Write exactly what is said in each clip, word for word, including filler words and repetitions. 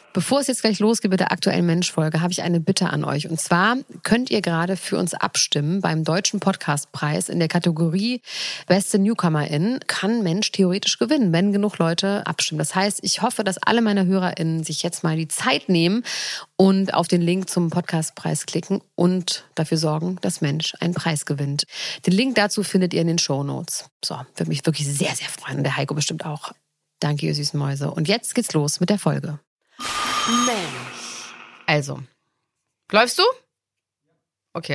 Bevor es jetzt gleich losgeht mit der aktuellen Mensch-Folge, habe ich eine Bitte an euch. Und zwar könnt ihr gerade für uns abstimmen beim Deutschen Podcastpreis in der Kategorie Beste Newcomerin. Kann Mensch theoretisch gewinnen, wenn genug Leute abstimmen. Das heißt, ich hoffe, dass alle meine HörerInnen sich jetzt mal die Zeit nehmen und auf den Link zum Podcastpreis klicken und dafür sorgen, dass Mensch einen Preis gewinnt. Den Link dazu findet ihr in den Shownotes. So, würde mich wirklich sehr, sehr freuen. Und der Heiko bestimmt auch. Danke, ihr süßen Mäuse. Und jetzt geht's los mit der Folge. Mensch. Also, läufst du? Okay.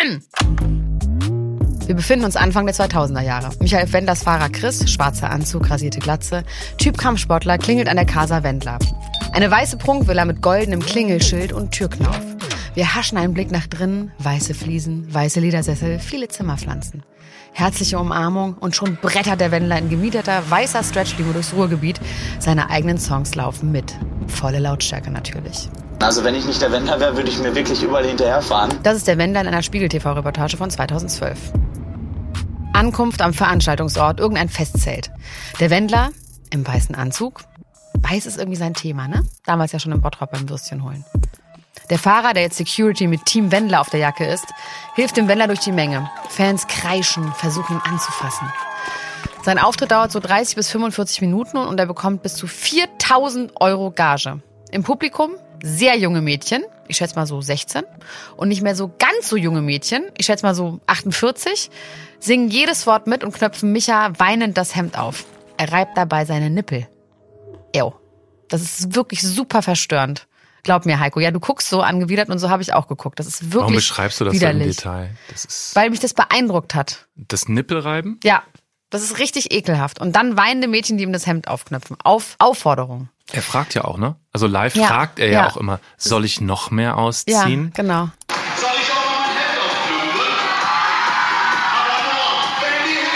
Wir befinden uns Anfang der zweitausender Jahre. Michael Wendlers Fahrer Chris, schwarzer Anzug, rasierte Glatze, Typ Kampfsportler, klingelt an der Casa Wendler. Eine weiße Prunkvilla mit goldenem Klingelschild und Türknauf. Wir haschen einen Blick nach drinnen, weiße Fliesen, weiße Ledersessel, viele Zimmerpflanzen. Herzliche Umarmung und schon brettert der Wendler in gemieteter, weißer Stretch-Limo durchs Ruhrgebiet. Seine eigenen Songs laufen mit. Volle Lautstärke natürlich. Also wenn ich nicht der Wendler wäre, würde ich mir wirklich überall hinterherfahren. Das ist der Wendler in einer Spiegel-T V-Reportage von zweitausendzwölf. Ankunft am Veranstaltungsort, irgendein Festzelt. Der Wendler im weißen Anzug. Weiß ist irgendwie sein Thema, ne? Damals ja schon im Bottrop beim Würstchen holen. Der Fahrer, der jetzt Security mit Team Wendler auf der Jacke ist, hilft dem Wendler durch die Menge. Fans kreischen, versuchen ihn anzufassen. Sein Auftritt dauert so dreißig bis fünfundvierzig Minuten und er bekommt bis zu viertausend Euro Gage. Im Publikum sehr junge Mädchen, ich schätze mal so sechzehn, und nicht mehr so ganz so junge Mädchen, ich schätze mal so achtundvierzig, singen jedes Wort mit und knöpfen Micha weinend das Hemd auf. Er reibt dabei seine Nippel. Ew. Das ist wirklich super verstörend. Glaub mir, Heiko, ja, du guckst so angewidert und so habe ich auch geguckt. Das ist wirklich Warum beschreibst du das widerlich. so im Detail? Das ist Weil mich das beeindruckt hat. Das Nippelreiben? Ja, das ist richtig ekelhaft. Und dann weinende Mädchen, die ihm das Hemd aufknöpfen. Auf Aufforderung. Er fragt ja auch, ne? Also live Ja, fragt er ja, ja auch immer, soll ich noch mehr Ja, ausziehen? genau. Soll ich auch mal mein Hemd aufknüpfen? Aber nur, wenn die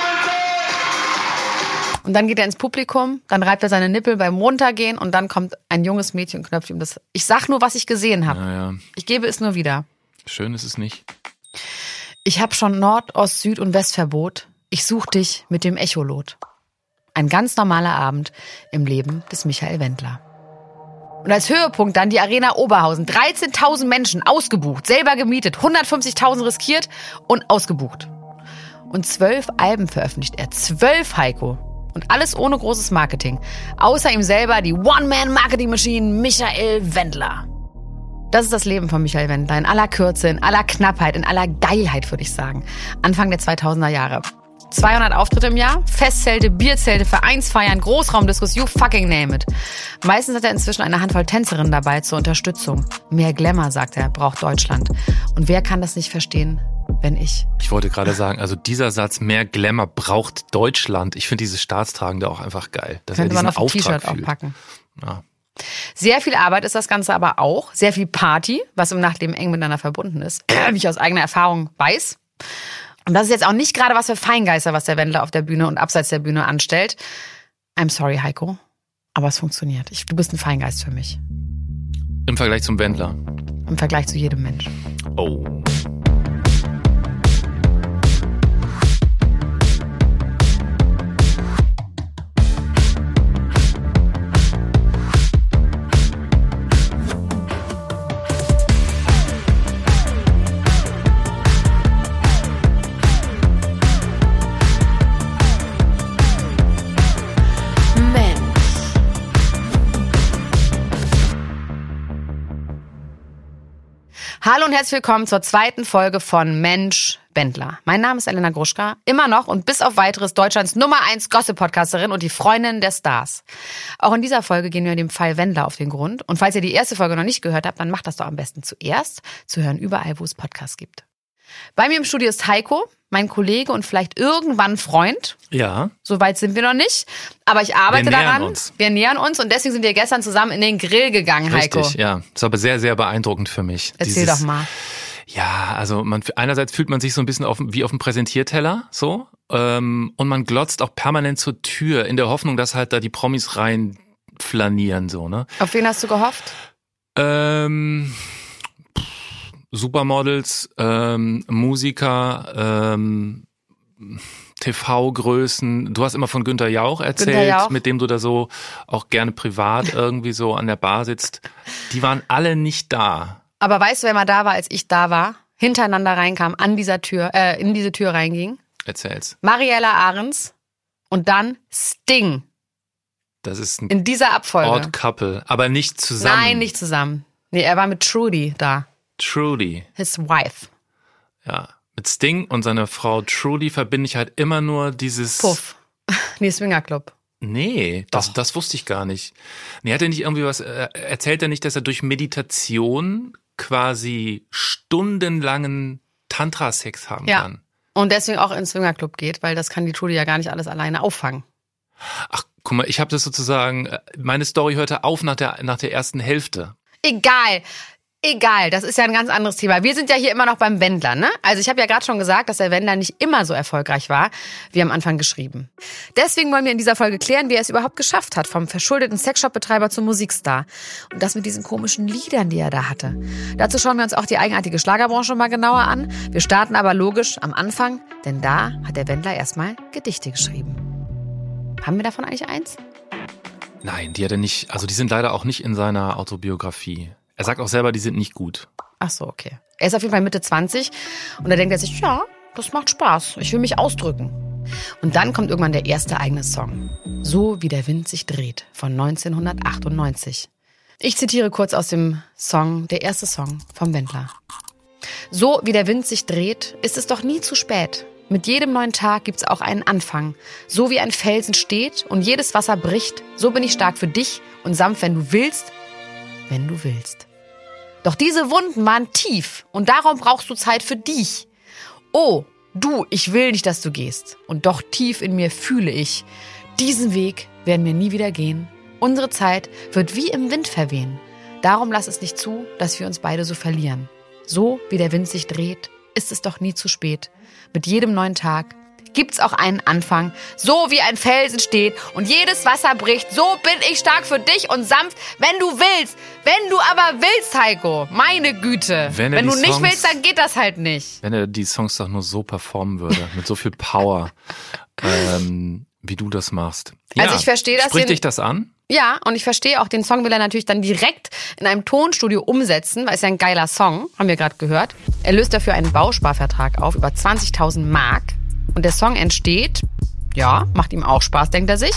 Hände oben sind! Und dann geht er ins Publikum, dann reibt er seine Nippel beim Runtergehen und dann kommt ein junges Mädchen und knöpft ihm das. Ich sag nur, was ich gesehen habe. Ja, ja. Ich gebe es nur wieder. Schön ist es nicht. Ich hab schon Nord-, Ost-, Süd- und Westverbot. Ich such dich mit dem Echolot. Ein ganz normaler Abend im Leben des Michael Wendler. Und als Höhepunkt dann die Arena Oberhausen. dreizehntausend Menschen ausgebucht, selber gemietet, hundertfünfzigtausend riskiert und ausgebucht. Und zwölf Alben veröffentlicht er. Zwölf, Heiko. Und alles ohne großes Marketing. Außer ihm selber die One-Man-Marketing-Maschine Michael Wendler. Das ist das Leben von Michael Wendler. In aller Kürze, in aller Knappheit, in aller Geilheit, würde ich sagen. Anfang der zweitausender Jahre. zweihundert Auftritte im Jahr, Festzelte, Bierzelte, Vereinsfeiern, Großraumdiskos, you fucking name it. Meistens hat er inzwischen eine Handvoll Tänzerinnen dabei zur Unterstützung. Mehr Glamour, sagt er, braucht Deutschland. Und wer kann das nicht verstehen, wenn ich? Ich wollte gerade sagen, also dieser Satz, mehr Glamour braucht Deutschland. Ich finde dieses Staatstragende auch einfach geil. Dass Könnte er diesen man auf ein Auftrag T-Shirt auch fühlt. packen. Ja. Sehr viel Arbeit ist das Ganze aber auch. Sehr viel Party, was im Nachtleben eng miteinander verbunden ist. Wie ich aus eigener Erfahrung weiß. Und das ist jetzt auch nicht gerade was für Feingeister, was der Wendler auf der Bühne und abseits der Bühne anstellt. I'm sorry, Heiko, aber es funktioniert. Ich, du bist ein Feingeist für mich. Im Vergleich zum Wendler. Im Vergleich zu jedem Mensch. Oh. Hallo und herzlich willkommen zur zweiten Folge von Mensch Wendler. Mein Name ist Elena Gruschka, immer noch und bis auf weiteres Deutschlands Nummer eins Gossip-Podcasterin und die Freundin der Stars. Auch in dieser Folge gehen wir dem Fall Wendler auf den Grund. Und falls ihr die erste Folge noch nicht gehört habt, dann macht das doch am besten zuerst. Zu hören überall, wo es Podcasts gibt. Bei mir im Studio ist Heiko, mein Kollege und vielleicht irgendwann Freund. Ja. Soweit sind wir noch nicht. Aber ich arbeite wir nähern daran. Uns. Wir nähern uns und deswegen sind wir gestern zusammen in den Grill gegangen, Heiko. Richtig, ja. Das ist aber sehr, sehr beeindruckend für mich. Erzähl Dieses, doch mal. Ja, also man einerseits fühlt man sich so ein bisschen auf, wie auf dem Präsentierteller, so. Ähm, und man glotzt auch permanent zur Tür, in der Hoffnung, dass halt da die Promis rein flanieren, so, ne? Auf wen hast du gehofft? Ähm... Supermodels, ähm, Musiker, ähm, T V-Größen. Du hast immer von Günther Jauch erzählt, Günther Jauch. mit dem du da so auch gerne privat irgendwie so an der Bar sitzt. Die waren alle nicht da. Aber weißt du, wer mal da war, als ich da war? Hintereinander reinkam, an dieser Tür, äh, in diese Tür reinging? Erzähl's. Mariella Ahrens und dann Sting. Das ist ein In dieser Abfolge. Odd Couple, aber nicht zusammen. Nein, nicht zusammen. Nee, er war mit Trudy da. Trudy. His wife. Ja. Mit Sting und seiner Frau Trudy verbinde ich halt immer nur dieses... Puff. Nee, Swingerclub. Nee, das, das wusste ich gar nicht. Nee, hat er nicht irgendwie was... Äh, erzählt er nicht, dass er durch Meditation quasi stundenlangen Tantra-Sex haben Ja. kann? Und deswegen auch ins Swingerclub geht, weil das kann die Trudy ja gar nicht alles alleine auffangen. Ach, guck mal, ich habe das sozusagen... äh, Meine Story hörte auf nach der, nach der ersten Hälfte. Egal. Egal, das ist ja ein ganz anderes Thema. Wir sind ja hier immer noch beim Wendler, ne? Also ich habe ja gerade schon gesagt, dass der Wendler nicht immer so erfolgreich war, wie am Anfang geschrieben. Deswegen wollen wir in dieser Folge klären, wie er es überhaupt geschafft hat, vom verschuldeten Sexshop-Betreiber zum Musikstar. Und das mit diesen komischen Liedern, die er da hatte. Dazu schauen wir uns auch die eigenartige Schlagerbranche mal genauer an. Wir starten aber logisch am Anfang, denn da hat der Wendler erstmal Gedichte geschrieben. Haben wir davon eigentlich eins? Nein, die hat er nicht... Also die sind leider auch nicht in seiner Autobiografie. Er sagt auch selber, die sind nicht gut. Ach so, okay. Er ist auf jeden Fall Mitte zwanzig und da denkt er sich, ja, das macht Spaß, ich will mich ausdrücken. Und dann kommt irgendwann der erste eigene Song. So wie der Wind sich dreht von neunzehnhundertachtundneunzig. Ich zitiere kurz aus dem Song, der erste Song vom Wendler. So wie der Wind sich dreht, ist es doch nie zu spät. Mit jedem neuen Tag gibt's auch einen Anfang. So wie ein Felsen steht und jedes Wasser bricht, so bin ich stark für dich und sanft, wenn du willst, wenn du willst. Doch diese Wunden waren tief und darum brauchst du Zeit für dich. Oh, du, ich will nicht, dass du gehst. Und doch tief in mir fühle ich, diesen Weg werden wir nie wieder gehen. Unsere Zeit wird wie im Wind verwehen. Darum lass es nicht zu, dass wir uns beide so verlieren. So wie der Wind sich dreht, ist es doch nie zu spät. Mit jedem neuen Tag gibt's auch einen Anfang, so wie ein Felsen steht und jedes Wasser bricht, so bin ich stark für dich und sanft, wenn du willst. Wenn du aber willst, Heiko, meine Güte. Wenn, er wenn du die nicht Songs, willst, dann geht das halt nicht. Wenn er die Songs doch nur so performen würde, mit so viel Power, ähm, wie du das machst. Ja, Also ich verstehe das Spricht hier- dich das an? Ja, und ich verstehe auch, den Song will er natürlich dann direkt in einem Tonstudio umsetzen, weil es ja ein geiler Song, haben wir gerade gehört. Er löst dafür einen Bausparvertrag auf, über zwanzigtausend Mark. Und der Song entsteht, ja, macht ihm auch Spaß, denkt er sich,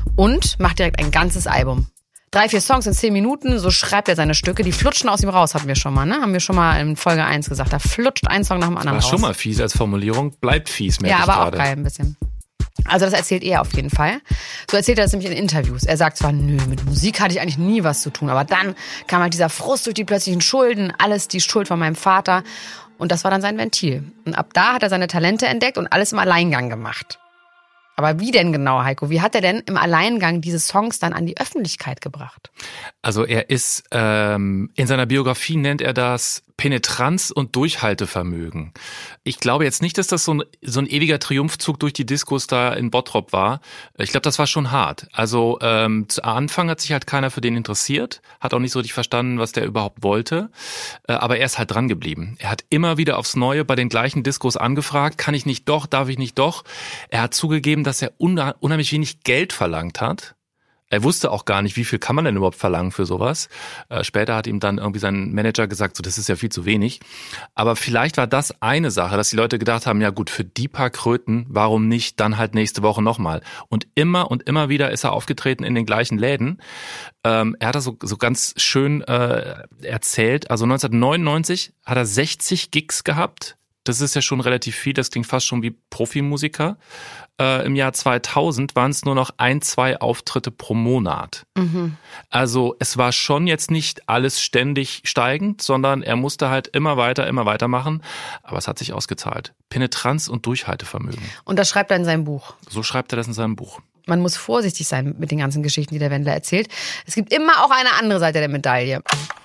und macht direkt ein ganzes Album. Drei, vier Songs in zehn Minuten, so schreibt er seine Stücke. Die flutschen aus ihm raus, hatten wir schon mal, ne? Haben wir schon mal in Folge eins gesagt. Da flutscht ein Song nach dem anderen War raus. schon mal fies als Formulierung, bleibt fies, merke Ja, ich aber auch gerade. geil ein bisschen. Also das erzählt er auf jeden Fall. So erzählt er das nämlich in Interviews. Er sagt zwar, nö, mit Musik hatte ich eigentlich nie was zu tun, aber dann kam halt dieser Frust durch die plötzlichen Schulden, alles die Schuld von meinem Vater. Und das war dann sein Ventil. Und ab da hat er seine Talente entdeckt und alles im Alleingang gemacht. Aber wie denn genau, Heiko? Wie hat er denn im Alleingang diese Songs dann an die Öffentlichkeit gebracht? Also er ist, ähm, in seiner Biografie nennt er das Penetranz und Durchhaltevermögen. Ich glaube jetzt nicht, dass das so ein, so ein ewiger Triumphzug durch die Diskos da in Bottrop war. Ich glaube, das war schon hart. Also ähm, zu Anfang hat sich halt keiner für den interessiert, hat auch nicht so richtig verstanden, was der überhaupt wollte. Äh, aber er ist halt dran geblieben. Er hat immer wieder aufs Neue bei den gleichen Diskos angefragt, kann ich nicht doch, darf ich nicht doch. Er hat zugegeben, dass er unha- unheimlich wenig Geld verlangt hat. Er wusste auch gar nicht, wie viel kann man denn überhaupt verlangen für sowas. Äh, später hat ihm dann irgendwie sein Manager gesagt, so das ist ja viel zu wenig. Aber vielleicht war das eine Sache, dass die Leute gedacht haben, ja gut, für die paar Kröten, warum nicht dann halt nächste Woche nochmal? Und immer und immer wieder ist er aufgetreten in den gleichen Läden. Ähm, er hat das so, so ganz schön äh, erzählt. Also neunzehnhundertneunundneunzig hat er sechzig Gigs gehabt. Das ist ja schon relativ viel, das klingt fast schon wie Profimusiker. Äh, im Jahr zweitausend waren es nur noch ein, zwei Auftritte pro Monat. Mhm. Also es war schon jetzt nicht alles ständig steigend, sondern er musste halt immer weiter, immer weiter machen. Aber es hat sich ausgezahlt. Penetranz und Durchhaltevermögen. Und das schreibt er in seinem Buch. So schreibt er das in seinem Buch. Man muss vorsichtig sein mit den ganzen Geschichten, die der Wendler erzählt. Es gibt immer auch eine andere Seite der Medaille.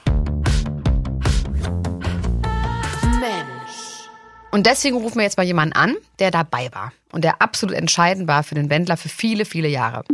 Und deswegen rufen wir jetzt mal jemanden an, der dabei war und der absolut entscheidend war für den Wendler für viele, viele Jahre.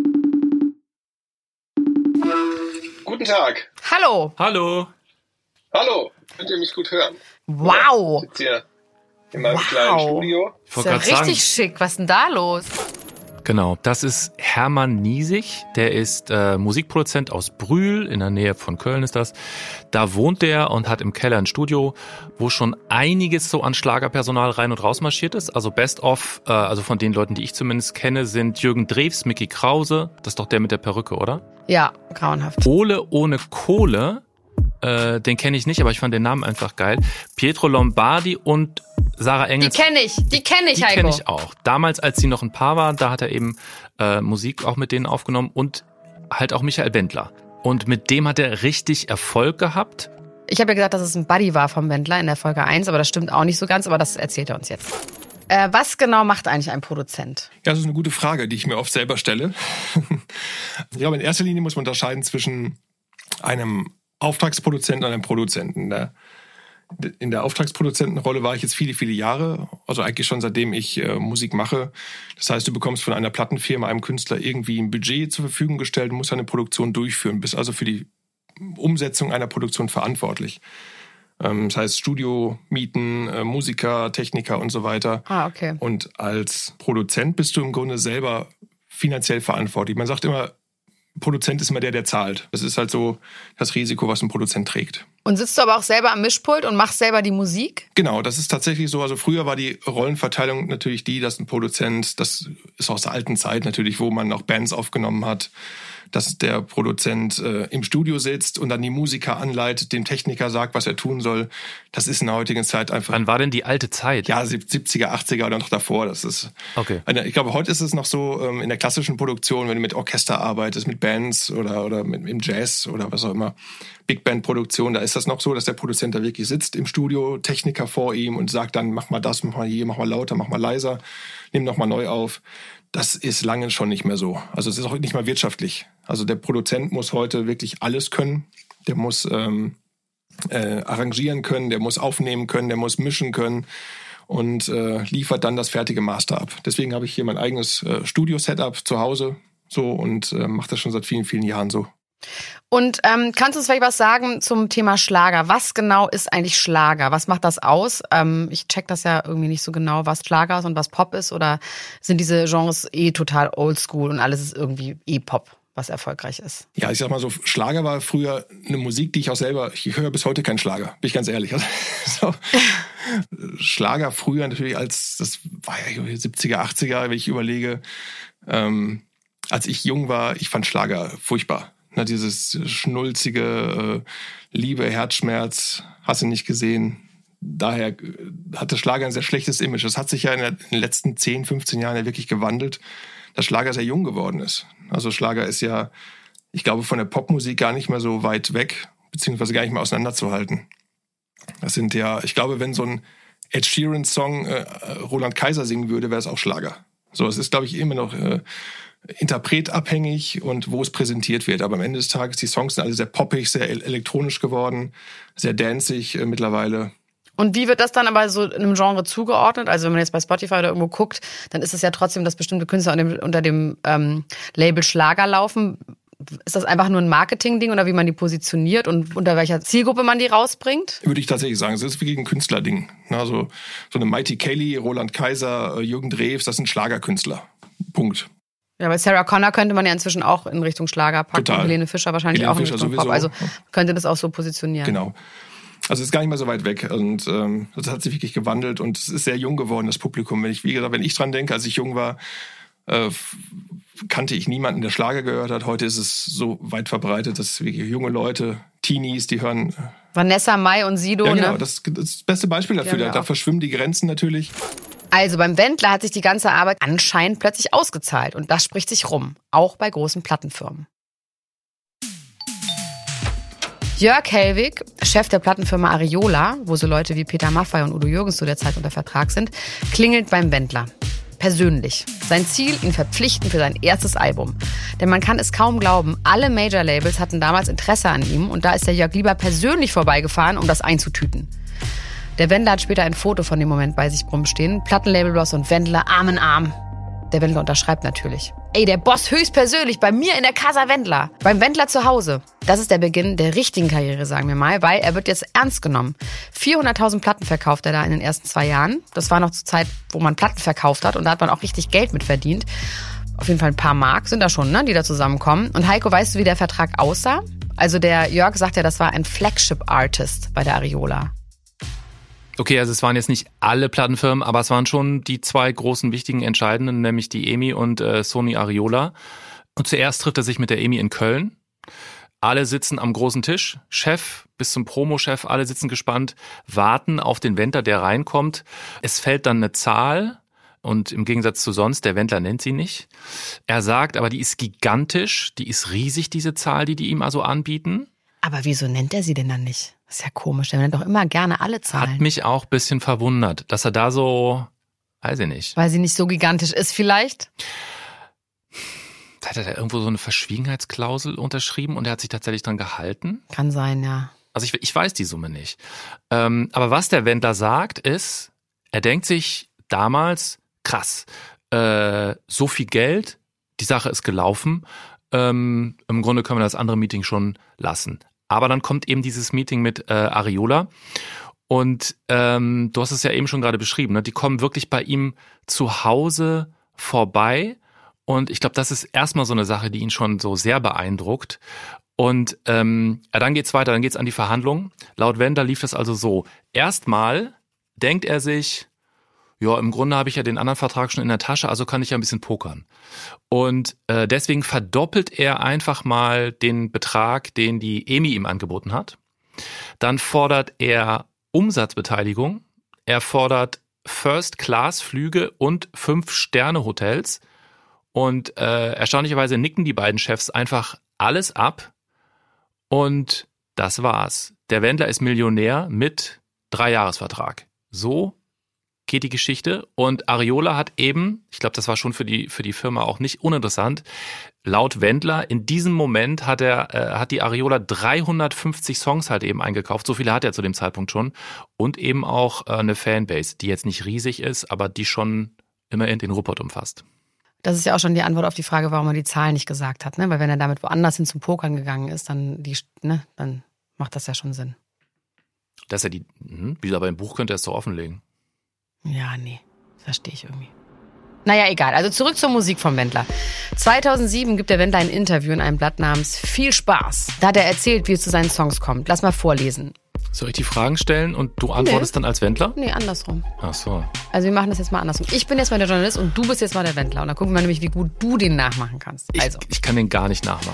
Guten Tag. Hallo. Hallo. Hallo. Könnt ihr mich gut hören? Wow. Sitzt ihr in meinem kleinen Studio. Ich Ist wollte ja gerade sagen, richtig schick. Was ist denn da los? genau, das ist Hermann Niesig, der ist äh, Musikproduzent aus Brühl, in der Nähe von Köln ist das. Da wohnt der und hat im Keller ein Studio, wo schon einiges so an Schlagerpersonal rein und raus marschiert ist. Also Best of, äh, also von den Leuten, die ich zumindest kenne, sind Jürgen Drews, Micky Krause, das ist doch der mit der Perücke, oder? Ja, grauenhaft. Ole ohne Kohle, äh, den kenne ich nicht, aber ich fand den Namen einfach geil. Pietro Lombardi und Sarah Die Engels. kenne ich, die kenne ich, Die Heiko. kenne ich auch. Damals, als sie noch ein Paar waren, da hat er eben äh, Musik auch mit denen aufgenommen und halt auch Michael Wendler. Und mit dem hat er richtig Erfolg gehabt. Ich habe ja gesagt, dass es ein Buddy war vom Wendler in der Folge eins, aber das stimmt auch nicht so ganz, aber das erzählt er uns jetzt. Äh, was genau macht eigentlich ein Produzent? Ja, das ist eine gute Frage, die ich mir oft selber stelle. Ich glaube, in erster Linie muss man unterscheiden zwischen einem Auftragsproduzenten und einem Produzenten. Der In der Auftragsproduzentenrolle war ich jetzt viele, viele Jahre, also eigentlich schon seitdem ich äh, Musik mache. Das heißt, du bekommst von einer Plattenfirma, einem Künstler irgendwie ein Budget zur Verfügung gestellt und musst eine Produktion durchführen, bist also für die Umsetzung einer Produktion verantwortlich. Ähm, das heißt, Studio, Mieten, äh, Musiker, Techniker und so weiter. Ah, okay. Und als Produzent bist du im Grunde selber finanziell verantwortlich. Man sagt immer, Produzent ist immer der, der zahlt. Das ist halt so das Risiko, was ein Produzent trägt. Und sitzt du aber auch selber am Mischpult und machst selber die Musik? Genau, das ist tatsächlich so. Also früher war die Rollenverteilung natürlich die, dass ein Produzent, das ist aus der alten Zeit natürlich, wo man auch Bands aufgenommen hat, dass der Produzent äh, im Studio sitzt und dann die Musiker anleitet, dem Techniker sagt, was er tun soll. Das ist in der heutigen Zeit einfach... Wann war denn die alte Zeit? Ja, siebziger, achtziger oder noch davor. Das ist. Okay. Eine, ich glaube, heute ist es noch so ähm, in der klassischen Produktion, wenn du mit Orchester arbeitest, mit Bands oder, oder mit, im Jazz oder was auch immer, Big Band Produktion, da ist das noch so, dass der Produzent da wirklich sitzt im Studio, Techniker vor ihm und sagt dann, mach mal das, mach mal hier, mach mal lauter, mach mal leiser, nimm noch mal neu auf. Das ist lange schon nicht mehr so. Also es ist auch nicht mal wirtschaftlich. Also der Produzent muss heute wirklich alles können. Der muss ähm, äh, arrangieren können, der muss aufnehmen können, der muss mischen können und äh, liefert dann das fertige Master ab. Deswegen habe ich hier mein eigenes äh, Studio-Setup zu Hause so und äh, mache das schon seit vielen, vielen Jahren so. Und ähm, kannst du uns vielleicht was sagen zum Thema Schlager? Was genau ist eigentlich Schlager? Was macht das aus? Ähm, ich check das ja irgendwie nicht so genau, was Schlager ist und was Pop ist. Oder sind diese Genres eh total oldschool und alles ist irgendwie eh Pop, was erfolgreich ist? Ja, ich sag mal so, Schlager war früher eine Musik, die ich auch selber, ich höre bis heute keinen Schlager, bin ich ganz ehrlich. Also, so. Schlager früher natürlich als, das war ja siebziger, achtziger, wenn ich überlege, ähm, als ich jung war, ich fand Schlager furchtbar. Na, dieses schnulzige äh, Liebe, Herzschmerz, hast du nicht gesehen. Daher hatte Schlager ein sehr schlechtes Image. Das hat sich ja in, der, in den letzten zehn, fünfzehn Jahren ja wirklich gewandelt, dass Schlager sehr jung geworden ist. Also Schlager ist ja, ich glaube, von der Popmusik gar nicht mehr so weit weg, beziehungsweise gar nicht mehr auseinanderzuhalten. Das sind ja, ich glaube, wenn so ein Ed Sheeran-Song äh, Roland Kaiser singen würde, wäre es auch Schlager. So, es ist, glaube ich, immer noch äh, interpretabhängig und wo es präsentiert wird. Aber am Ende des Tages, die Songs sind alle sehr poppig, sehr elektronisch geworden, sehr danceig äh, mittlerweile. Und wie wird das dann aber so in einem Genre zugeordnet? Also wenn man jetzt bei Spotify oder irgendwo guckt, dann ist es ja trotzdem, dass bestimmte Künstler unter dem, unter dem ähm, Label Schlager laufen. Ist das einfach nur ein Marketing-Ding oder wie man die positioniert und unter welcher Zielgruppe man die rausbringt? Würde ich tatsächlich sagen. Es ist wirklich ein Künstlerding. Also so eine Mighty Kelly, Roland Kaiser, Jürgen Drews, das sind Schlagerkünstler. Punkt. Ja, bei Sarah Connor könnte man ja inzwischen auch in Richtung Schlager packen. Total. Und Helene Fischer wahrscheinlich Helene auch in Fischer Richtung sowieso. Pop. Also könnte das auch so positionieren. Genau. Also es ist gar nicht mehr so weit weg und ähm, das hat sich wirklich gewandelt und es ist sehr jung geworden, das Publikum. Wenn ich, wie gesagt, wenn ich dran denke, als ich jung war, äh, kannte ich niemanden, der Schlager gehört hat. Heute ist es so weit verbreitet, dass wirklich junge Leute, Teenies, die hören... Vanessa Mai und Sido, ja, genau, ne? das, das ist das beste Beispiel dafür. Ja, da, da auch. verschwimmen die Grenzen natürlich. Also beim Wendler hat sich die ganze Arbeit anscheinend plötzlich ausgezahlt. Und das spricht sich rum. Auch bei großen Plattenfirmen. Jörg Hellwig, Chef der Plattenfirma Ariola, wo so Leute wie Peter Maffay und Udo Jürgens zu der Zeit unter Vertrag sind, klingelt beim Wendler. Persönlich. Sein Ziel, ihn verpflichten für sein erstes Album. Denn man kann es kaum glauben, alle Major-Labels hatten damals Interesse an ihm und da ist der Jörg lieber persönlich vorbeigefahren, um das einzutüten. Der Wendler hat später ein Foto von dem Moment bei sich rumstehen. Plattenlabelboss und Wendler Arm in Arm. Der Wendler unterschreibt natürlich. Ey, der Boss höchstpersönlich bei mir in der Casa Wendler. Beim Wendler zu Hause. Das ist der Beginn der richtigen Karriere, sagen wir mal, weil er wird jetzt ernst genommen. vierhunderttausend Platten verkauft er da in den ersten zwei Jahren. Das war noch zur Zeit, wo man Platten verkauft hat und da hat man auch richtig Geld mit verdient. Auf jeden Fall ein paar Mark sind da schon, ne, die da zusammenkommen. Und Heiko, weißt du, wie der Vertrag aussah? Also der Jörg sagt ja, das war ein Flagship-Artist bei der Ariola. Okay, also es waren jetzt nicht alle Plattenfirmen, aber es waren schon die zwei großen wichtigen entscheidenden, nämlich die E M I und äh, Sony Ariola. Und zuerst trifft er sich mit der E M I in Köln. Alle sitzen am großen Tisch, Chef bis zum Promochef, alle sitzen gespannt, warten auf den Wendler, der reinkommt. Es fällt dann eine Zahl und im Gegensatz zu sonst, der Wendler nennt sie nicht. Er sagt, aber die ist gigantisch, die ist riesig, diese Zahl, die die ihm also anbieten. Aber wieso nennt er sie denn dann nicht? Das ist ja komisch, der nennt doch immer gerne alle Zahlen. Hat mich auch ein bisschen verwundert, dass er da so, weiß ich nicht. Weil sie nicht so gigantisch ist vielleicht? Hat er da irgendwo so eine Verschwiegenheitsklausel unterschrieben und er hat sich tatsächlich dran gehalten? Kann sein, ja. Also ich, ich weiß die Summe nicht. Ähm, aber was der Wendler sagt ist, er denkt sich damals, krass, äh, so viel Geld, die Sache ist gelaufen, ähm, im Grunde können wir das andere Meeting schon lassen. Aber dann kommt eben dieses Meeting mit äh, Ariola und ähm, du hast es ja eben schon gerade beschrieben, ne? Die kommen wirklich bei ihm zu Hause vorbei und ich glaube, das ist erstmal so eine Sache, die ihn schon so sehr beeindruckt. Und ähm, ja, dann geht's weiter, dann geht's an die Verhandlungen. Laut Wendler lief das also so. Erstmal denkt er sich, ja, im Grunde habe ich ja den anderen Vertrag schon in der Tasche, also kann ich ja ein bisschen pokern. Und äh, deswegen verdoppelt er einfach mal den Betrag, den die E M I ihm angeboten hat. Dann fordert er Umsatzbeteiligung. Er fordert First-Class-Flüge und Fünf-Sterne-Hotels. Und äh, erstaunlicherweise nicken die beiden Chefs einfach alles ab. Und das war's. Der Wendler ist Millionär mit Dreijahresvertrag. So geht die Geschichte. Und Ariola hat eben, ich glaube, das war schon für die für die Firma auch nicht uninteressant, laut Wendler, in diesem Moment hat er äh, hat die Ariola dreihundertfünfzig Songs halt eben eingekauft. So viele hat er zu dem Zeitpunkt schon. Und eben auch äh, eine Fanbase, die jetzt nicht riesig ist, aber die schon immerhin den Ruhrpott umfasst. Das ist ja auch schon die Antwort auf die Frage, warum er die Zahlen nicht gesagt hat. Ne? Weil wenn er damit woanders hin zum Pokern gegangen ist, dann, die, ne, dann macht das ja schon Sinn. Dass er die, hm, wie aber im Buch könnte er es so offenlegen. Ja, nee, verstehe ich irgendwie. Naja, egal. Also zurück zur Musik vom Wendler. zweitausendsieben gibt der Wendler ein Interview in einem Blatt namens Viel Spaß. Da hat er erzählt, wie es zu seinen Songs kommt. Lass mal vorlesen. Soll ich die Fragen stellen und du antwortest nee. dann als Wendler? Nee, andersrum. Ach so. Also wir machen das jetzt mal andersrum. Ich bin jetzt mal der Journalist und du bist jetzt mal der Wendler. Und dann gucken wir nämlich, wie gut du den nachmachen kannst. Also. Ich, ich kann den gar nicht nachmachen.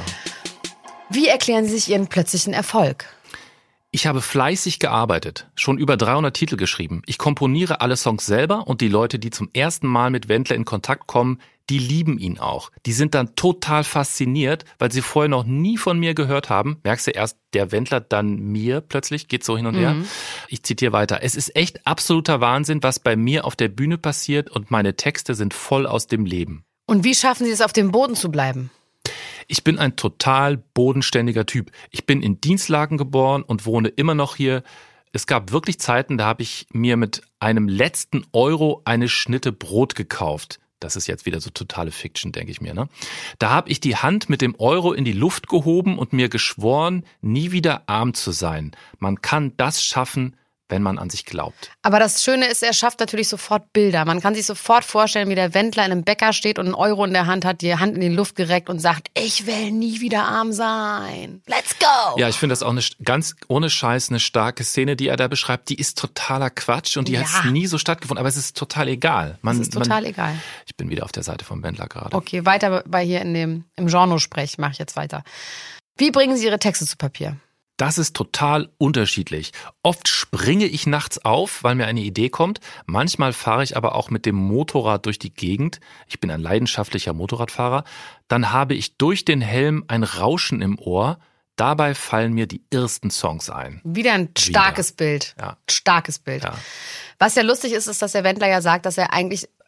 Wie erklären Sie sich Ihren plötzlichen Erfolg? Ich habe fleißig gearbeitet, schon über dreihundert Titel geschrieben. Ich komponiere alle Songs selber und die Leute, die zum ersten Mal mit Wendler in Kontakt kommen, die lieben ihn auch. Die sind dann total fasziniert, weil sie vorher noch nie von mir gehört haben. Merkst du erst, der Wendler, dann mir plötzlich, geht so hin und her. Mhm. Ich zitiere weiter. Es ist echt absoluter Wahnsinn, was bei mir auf der Bühne passiert und meine Texte sind voll aus dem Leben. Und wie schaffen Sie es, auf dem Boden zu bleiben? Ich bin ein total bodenständiger Typ. Ich bin in Dienstlaken geboren und wohne immer noch hier. Es gab wirklich Zeiten, da habe ich mir mit einem letzten Euro eine Schnitte Brot gekauft. Das ist jetzt wieder so totale Fiction, denke ich mir, ne? Da habe ich die Hand mit dem Euro in die Luft gehoben und mir geschworen, nie wieder arm zu sein. Man kann das schaffen, wenn man an sich glaubt. Aber das Schöne ist, er schafft natürlich sofort Bilder. Man kann sich sofort vorstellen, wie der Wendler in einem Bäcker steht und einen Euro in der Hand hat, die Hand in die Luft gereckt und sagt, ich will nie wieder arm sein. Let's go! Ja, ich finde das auch eine ganz ohne Scheiß eine starke Szene, die er da beschreibt. Die ist totaler Quatsch und die ja. hat nie so stattgefunden. Aber es ist total egal. Man, es ist total man, egal. Ich bin wieder auf der Seite vom Wendler gerade. Okay, weiter bei hier in dem im Genre-Sprech mache ich jetzt weiter. Wie bringen Sie Ihre Texte zu Papier? Das ist total unterschiedlich. Oft springe ich nachts auf, weil mir eine Idee kommt. Manchmal fahre ich aber auch mit dem Motorrad durch die Gegend. Ich bin ein leidenschaftlicher Motorradfahrer. Dann habe ich durch den Helm ein Rauschen im Ohr. Dabei fallen mir die ersten Songs ein. Wieder ein starkes Wieder. Bild. Ja. Starkes Bild. Ja. Was ja lustig ist, ist, dass der Wendler ja sagt, dass er eigentlich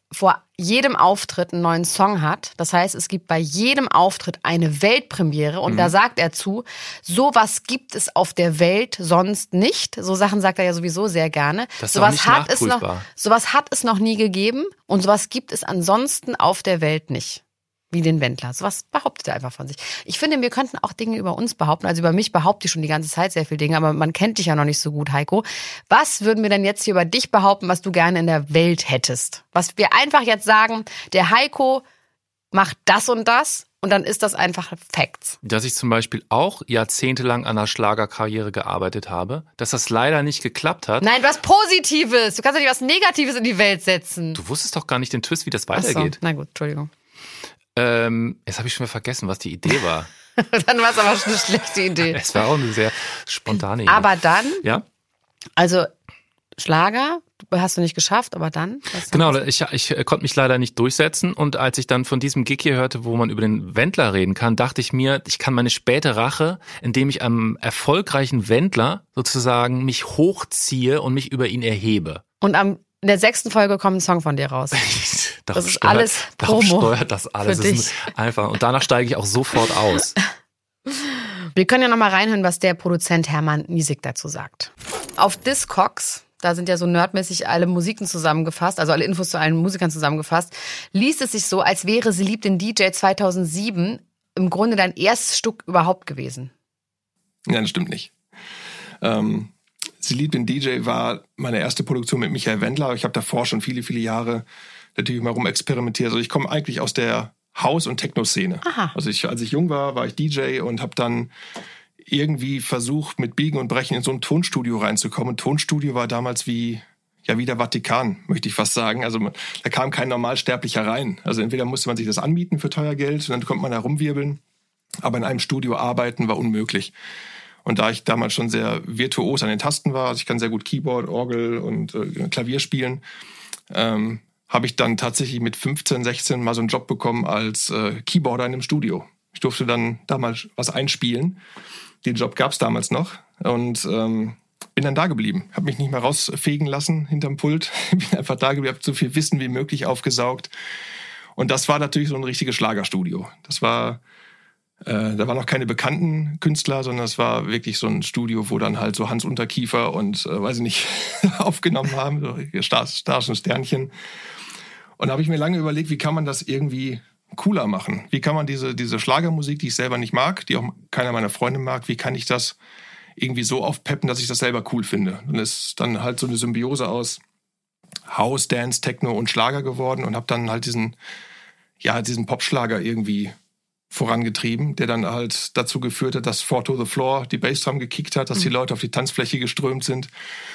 vor jedem Auftritt einen neuen Song hat. Das heißt, es gibt bei jedem Auftritt eine Weltpremiere und mhm. da sagt er zu, sowas gibt es auf der Welt sonst nicht. So Sachen sagt er ja sowieso sehr gerne. Das ist sowas nicht hat es noch, nachprüfbar. sowas hat es noch nie gegeben und sowas gibt es ansonsten auf der Welt nicht. Wie den Wendler. Sowas behauptet er einfach von sich. Ich finde, wir könnten auch Dinge über uns behaupten. Also über mich behaupte ich schon die ganze Zeit sehr viele Dinge, aber man kennt dich ja noch nicht so gut, Heiko. Was würden wir denn jetzt hier über dich behaupten, was du gerne in der Welt hättest? Was wir einfach jetzt sagen, der Heiko macht das und das und dann ist das einfach Facts. Dass ich zum Beispiel auch jahrzehntelang an einer Schlagerkarriere gearbeitet habe, dass das leider nicht geklappt hat. Nein, was Positives. Du kannst doch nicht was Negatives in die Welt setzen. Du wusstest doch gar nicht den Twist, wie das Ach so. weitergeht. Na gut, Entschuldigung. Ähm, jetzt habe ich schon wieder vergessen, was die Idee war. Dann war es aber schon eine schlechte Idee. Es war auch eine sehr spontane Idee. Aber dann, ja? also Schlager hast du nicht geschafft, aber dann? Genau, ich, ich konnte mich leider nicht durchsetzen und als ich dann von diesem Gig hier hörte, wo man über den Wendler reden kann, dachte ich mir, ich kann meine späte Rache, indem ich am erfolgreichen Wendler sozusagen mich hochziehe und mich über ihn erhebe. Und am in der sechsten Folge kommt ein Song von dir raus. Das ist steuert, alles Promo. Steuert das alles. Für dich. Das ist einfach. Und danach steige ich auch sofort aus. Wir können ja noch mal reinhören, was der Produzent Hermann Niesig dazu sagt. Auf Discogs, da sind ja so nerdmäßig alle Musiken zusammengefasst, also alle Infos zu allen Musikern zusammengefasst, liest es sich so, als wäre Sie liebt den D J zweitausendsieben im Grunde dein erstes Stück überhaupt gewesen. Ja, das stimmt nicht. Ähm Sie liebt den D J war meine erste Produktion mit Michael Wendler. Ich habe davor schon viele, viele Jahre natürlich mal rumexperimentiert. Also ich komme eigentlich aus der Haus- und Techno-Szene. Aha. Also ich, als ich jung war, war ich D J und habe dann irgendwie versucht, mit Biegen und Brechen in so ein Tonstudio reinzukommen. Und Tonstudio war damals wie, ja, wie der Vatikan, möchte ich fast sagen. Also da kam kein Normalsterblicher rein. Also entweder musste man sich das anmieten für teuer Geld und dann konnte man da rumwirbeln. Aber in einem Studio arbeiten war unmöglich. Und da ich damals schon sehr virtuos an den Tasten war, also ich kann sehr gut Keyboard, Orgel und äh, Klavier spielen, ähm, habe ich dann tatsächlich mit fünfzehn, sechzehn mal so einen Job bekommen als äh, Keyboarder in einem Studio. Ich durfte dann damals was einspielen. Den Job gab es damals noch und ähm, bin dann da geblieben. Habe mich nicht mehr rausfegen lassen hinterm Pult. Bin einfach da geblieben, habe so viel Wissen wie möglich aufgesaugt. Und das war natürlich so ein richtiges Schlagerstudio. Das war... Äh, da waren noch keine bekannten Künstler, sondern es war wirklich so ein Studio, wo dann halt so Hans Unterkiefer und, äh, weiß ich nicht, aufgenommen haben, so Stars, Stars und Sternchen. Und da habe ich mir lange überlegt, wie kann man das irgendwie cooler machen? Wie kann man diese, diese Schlagermusik, die ich selber nicht mag, die auch keiner meiner Freunde mag, wie kann ich das irgendwie so aufpeppen, dass ich das selber cool finde? Und es ist dann halt so eine Symbiose aus House, Dance, Techno und Schlager geworden und habe dann halt diesen, ja, diesen Popschlager irgendwie vorangetrieben, der dann halt dazu geführt hat, dass Four to the Floor die Bassdrum gekickt hat, dass die Leute auf die Tanzfläche geströmt sind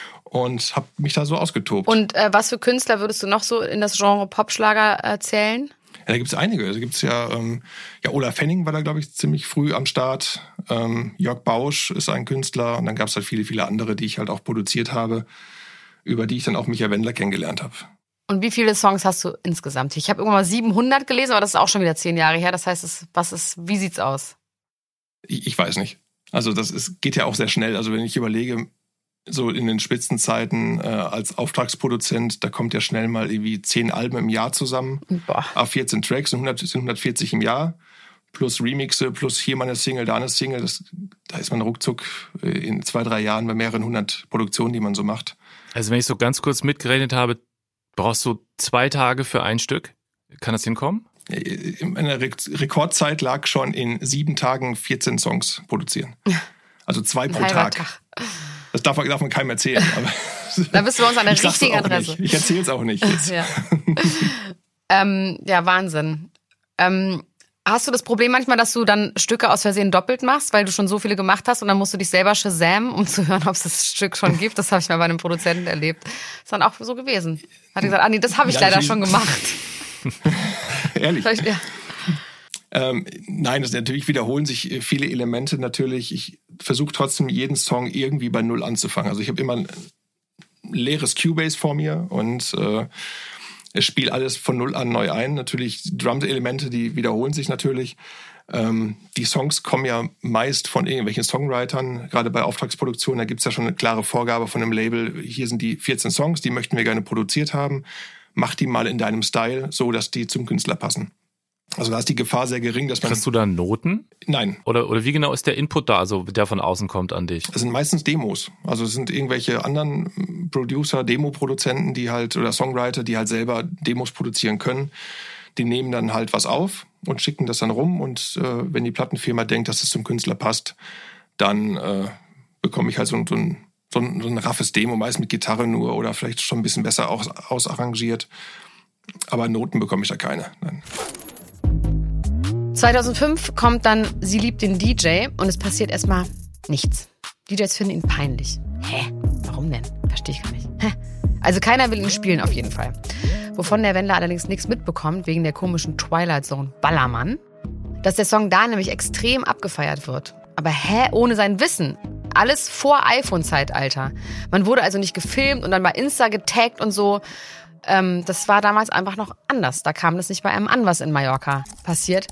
und habe mich da so ausgetobt. Und äh, was für Künstler würdest du noch so in das Genre Popschlager erzählen? Ja, da gibt's einige. Da gibt's ja, ähm, ja, Olaf Henning war da, glaube ich, ziemlich früh am Start. Ähm, Jörg Bausch ist ein Künstler und dann gab's halt viele, viele andere, die ich halt auch produziert habe, über die ich dann auch Michael Wendler kennengelernt habe. Und wie viele Songs hast du insgesamt? Ich habe irgendwann mal siebenhundert gelesen, aber das ist auch schon wieder zehn Jahre her. Das heißt, es, was ist, wie sieht's aus? Ich, ich weiß nicht. Also das ist, geht ja auch sehr schnell. Also wenn ich überlege, so in den Spitzenzeiten äh, als Auftragsproduzent, da kommt ja schnell mal irgendwie zehn Alben im Jahr zusammen. Boah. Auf vierzehn Tracks sind, hundert, sind hundertvierzig im Jahr. Plus Remixe, plus hier mal eine Single, da eine Single. Das, da ist man ruckzuck in zwei, drei Jahren bei mehreren hundert Produktionen, die man so macht. Also wenn ich so ganz kurz mitgerechnet habe, brauchst du zwei Tage für ein Stück? Kann das hinkommen? Meine Rekordzeit lag schon in sieben Tagen vierzehn Songs produzieren. Also zwei pro Tag. Tag. Das darf, darf man keinem erzählen. Aber da bist du bei uns an der ich richtigen Adresse. Nicht. Ich erzähle es auch nicht jetzt. ja. ähm, ja, Wahnsinn. Ähm, hast du das Problem manchmal, dass du dann Stücke aus Versehen doppelt machst, weil du schon so viele gemacht hast und dann musst du dich selber shazamen, um zu hören, ob es das Stück schon gibt? Das habe ich mal bei einem Produzenten erlebt. Ist dann auch so gewesen. Hat gesagt, ah nee, das habe ich ja, leider schon gemacht. Ehrlich? Ja. Ähm, nein, das, natürlich wiederholen sich viele Elemente natürlich. Ich versuche trotzdem jeden Song irgendwie bei Null anzufangen. Also ich habe immer ein leeres Cubase vor mir und äh, ich spiele alles von Null an neu ein. Natürlich Drum-Elemente, die wiederholen sich natürlich. Ähm, die Songs kommen ja meist von irgendwelchen Songwritern. Gerade bei Auftragsproduktionen, da gibt's ja schon eine klare Vorgabe von einem Label. Hier sind die vierzehn Songs, die möchten wir gerne produziert haben. mach die mal in deinem Style, so dass die zum Künstler passen. Also da ist die Gefahr sehr gering, dass man... Kriegst du da Noten? Nein. Oder, oder wie genau ist der Input da, also der von außen kommt an dich? Das sind meistens Demos. Also es sind irgendwelche anderen Producer, Demo-Produzenten, die halt, oder Songwriter, die halt selber Demos produzieren können. Die nehmen dann halt was auf und schicken das dann rum. Und äh, wenn die Plattenfirma denkt, dass es zum Künstler passt, dann äh, bekomme ich halt so, so, ein, so, ein, so ein raffes Demo, meist mit Gitarre nur oder vielleicht schon ein bisschen besser aus, ausarrangiert. Aber Noten bekomme ich da keine. Nein. zweitausendfünf kommt dann Sie liebt den D J und es passiert erstmal nichts. D Js finden ihn peinlich. Hä? Warum denn? Verstehe ich gar nicht. Hä? Also keiner will ihn spielen auf jeden Fall. Wovon der Wendler allerdings nichts mitbekommt, wegen der komischen Twilight Zone Ballermann, dass der Song da nämlich extrem abgefeiert wird. Aber hä? Ohne sein Wissen. Alles vor iPhone-Zeitalter. Man wurde also nicht gefilmt und dann bei Insta getaggt und so. Ähm, das war damals einfach noch anders. Da kam das nicht bei einem an, was in Mallorca passiert.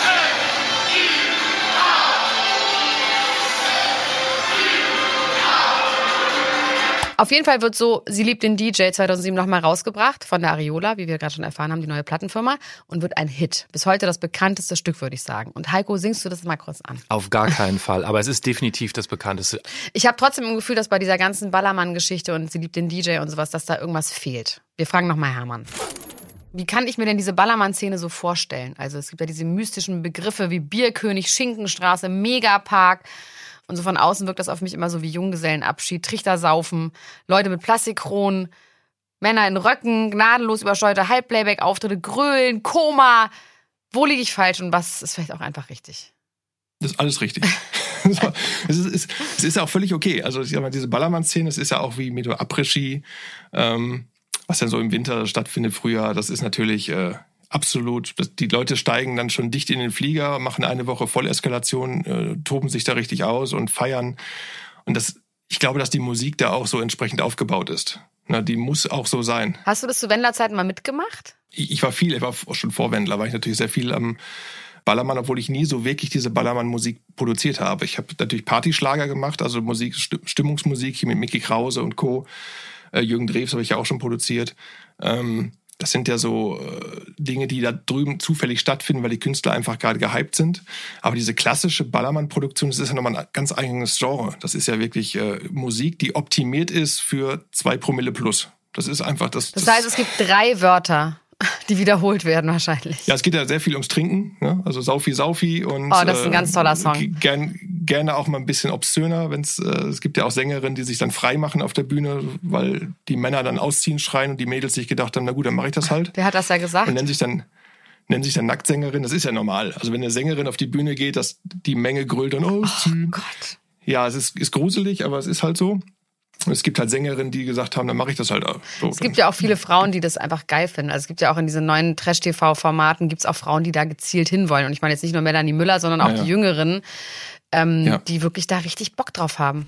Auf jeden Fall wird so Sie liebt den D J zweitausendsieben nochmal rausgebracht von der Ariola, wie wir gerade schon erfahren haben, die neue Plattenfirma, und wird ein Hit. Bis heute das bekannteste Stück, würde ich sagen. Und Heiko, singst du das mal kurz an? Auf gar keinen Fall, aber es ist definitiv das bekannteste. Ich habe trotzdem ein Gefühl, dass bei dieser ganzen Ballermann-Geschichte und Sie liebt den D J und sowas, dass da irgendwas fehlt. Wir fragen nochmal Hermann. Wie kann ich mir denn diese Ballermann-Szene so vorstellen? Also es gibt ja diese mystischen Begriffe wie Bierkönig, Schinkenstraße, Megapark. Und so von außen wirkt das auf mich immer so wie Junggesellenabschied, Trichtersaufen, Leute mit Plastikkronen, Männer in Röcken, gnadenlos übersteuerte Halbplayback-Auftritte, Grölen, Koma. Wo liege ich falsch und was ist vielleicht auch einfach richtig? Das ist alles richtig. So, es, ist, es, es ist ja auch völlig okay. Also ich sag mal, diese Ballermann-Szene, das ist ja auch wie mit der Après-Ski, ähm, was dann so im Winter stattfindet, Frühjahr. Das ist natürlich äh, absolut. Das, die Leute steigen dann schon dicht in den Flieger, machen eine Woche Volleskalation, äh, toben sich da richtig aus und feiern. Und das, ich glaube, dass die Musik da auch so entsprechend aufgebaut ist. Na, die muss auch so sein. Hast du das zu Wendler-Zeiten mal mitgemacht? Ich, ich war viel, ich war schon vor Wendler, war ich natürlich sehr viel am Ballermann, obwohl ich nie so wirklich diese Ballermann-Musik produziert habe. Ich habe natürlich Partyschlager gemacht, also Musik, Stimmungsmusik hier mit Micky Krause und Co. Äh, Jürgen Drews habe ich ja auch schon produziert. Ähm, Das sind ja so äh, Dinge, die da drüben zufällig stattfinden, weil die Künstler einfach gerade gehypt sind. Aber diese klassische Ballermann-Produktion, das ist ja nochmal ein ganz eigenes Genre. Das ist ja wirklich äh, Musik, die optimiert ist für zwei Promille plus. Das ist einfach das. Das heißt, es gibt drei Wörter, die wiederholt werden wahrscheinlich. Ja, es geht ja sehr viel ums Trinken, ne? Also Saufi, Saufi und. Oh, das ist ein ganz toller Song. Äh, gern, gerne auch mal ein bisschen obszöner, wenn's. Äh, es gibt ja auch Sängerinnen, die sich dann frei machen auf der Bühne, weil die Männer dann ausziehen, schreien und die Mädels sich gedacht haben, na gut, dann mache ich das halt. Wer hat das ja gesagt? Und nennen sich dann nennen sich dann Nacktsängerin. Das ist ja normal. Also wenn eine Sängerin auf die Bühne geht, dass die Menge grölt und ausziehen. Oh Gott. Ja, es ist, ist gruselig, aber es ist halt so. Und es gibt halt Sängerinnen, die gesagt haben, dann mache ich das halt auch. So, es gibt ja auch viele Frauen, die das einfach geil finden. Also es gibt ja auch in diesen neuen Trash-T V-Formaten gibt es auch Frauen, die da gezielt hinwollen. Und ich meine jetzt nicht nur Melanie Müller, sondern auch ja, ja. die Jüngeren, ähm, ja. die wirklich da richtig Bock drauf haben.